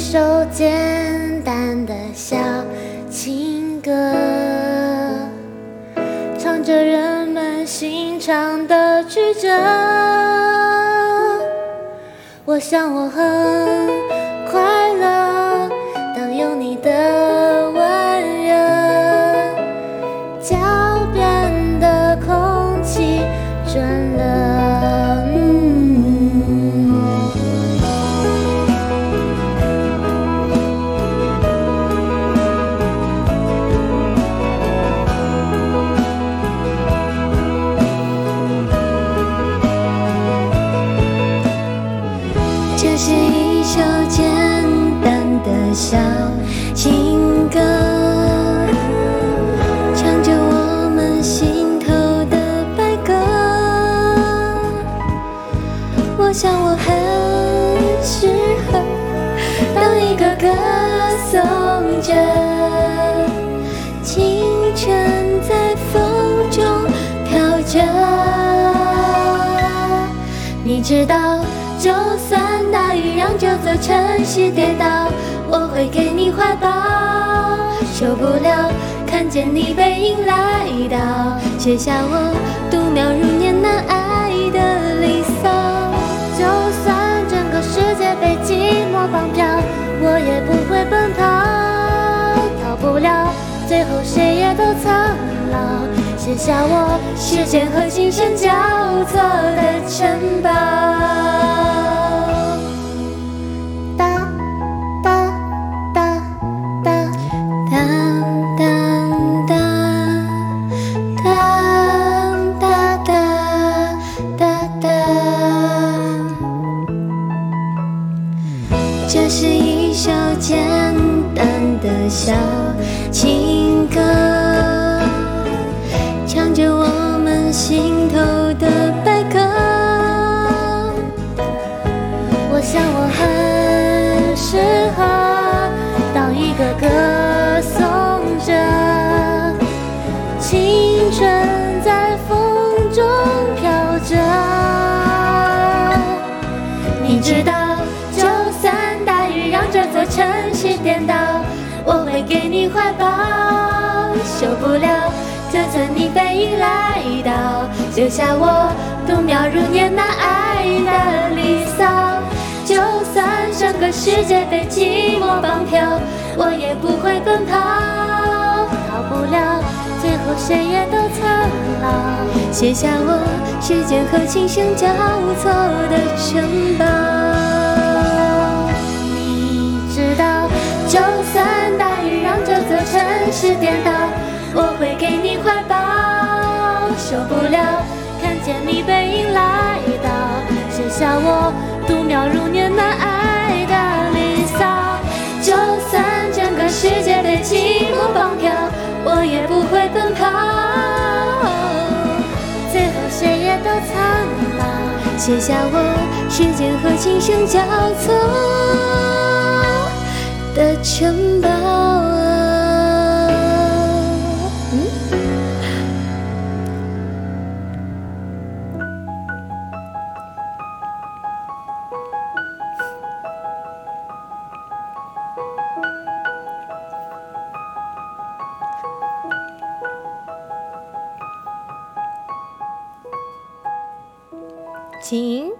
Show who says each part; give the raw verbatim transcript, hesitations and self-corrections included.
Speaker 1: 首简单的小情歌，唱着人们心肠的曲折。我想我很快乐，当有你的温热，脚边的空气转了。嗯，
Speaker 2: 这是一首简单的小情歌，唱着我们心头的白鸽。我想我很适合当一个歌颂者，青春在风中飘着。你知道，就算大雨让这座城市跌倒，我会给你怀抱。受不了看见你背影来到，写下我度秒如年难挨的离骚。
Speaker 1: 就算整个世界被寂寞绑票，我也不会奔跑，逃不了，最后谁也都苍老，写下我
Speaker 2: 时间和琴声交错的城堡。
Speaker 1: 哒哒哒哒
Speaker 2: 当当当当当当当当。这是一首简单的小情歌，唱着我们心头的白鸽。
Speaker 1: 我想我很适合当一个歌颂者，青春在风中飘着。
Speaker 2: 你知道，就算大雨让这座城市颠倒，我会给你怀抱。受不了就算你背影来到，留下我度秒如年难挨的离骚。就算整个世界被寂寞绑票，我也不会奔跑，
Speaker 1: 逃不了，最后谁也都苍老，
Speaker 2: 写下我时间和琴声交错的城堡。
Speaker 1: 你知道，
Speaker 2: 就算大雨让这座城市颠倒，我会给你怀抱。受不了看见你背影来到，
Speaker 1: 写下我度秒如年难挨的离骚。
Speaker 2: 就算整个世界被寂寞绑票，我也不会奔跑，
Speaker 1: 最后谁也都苍老，
Speaker 2: 写下我时间和琴声交错的城堡。
Speaker 1: 请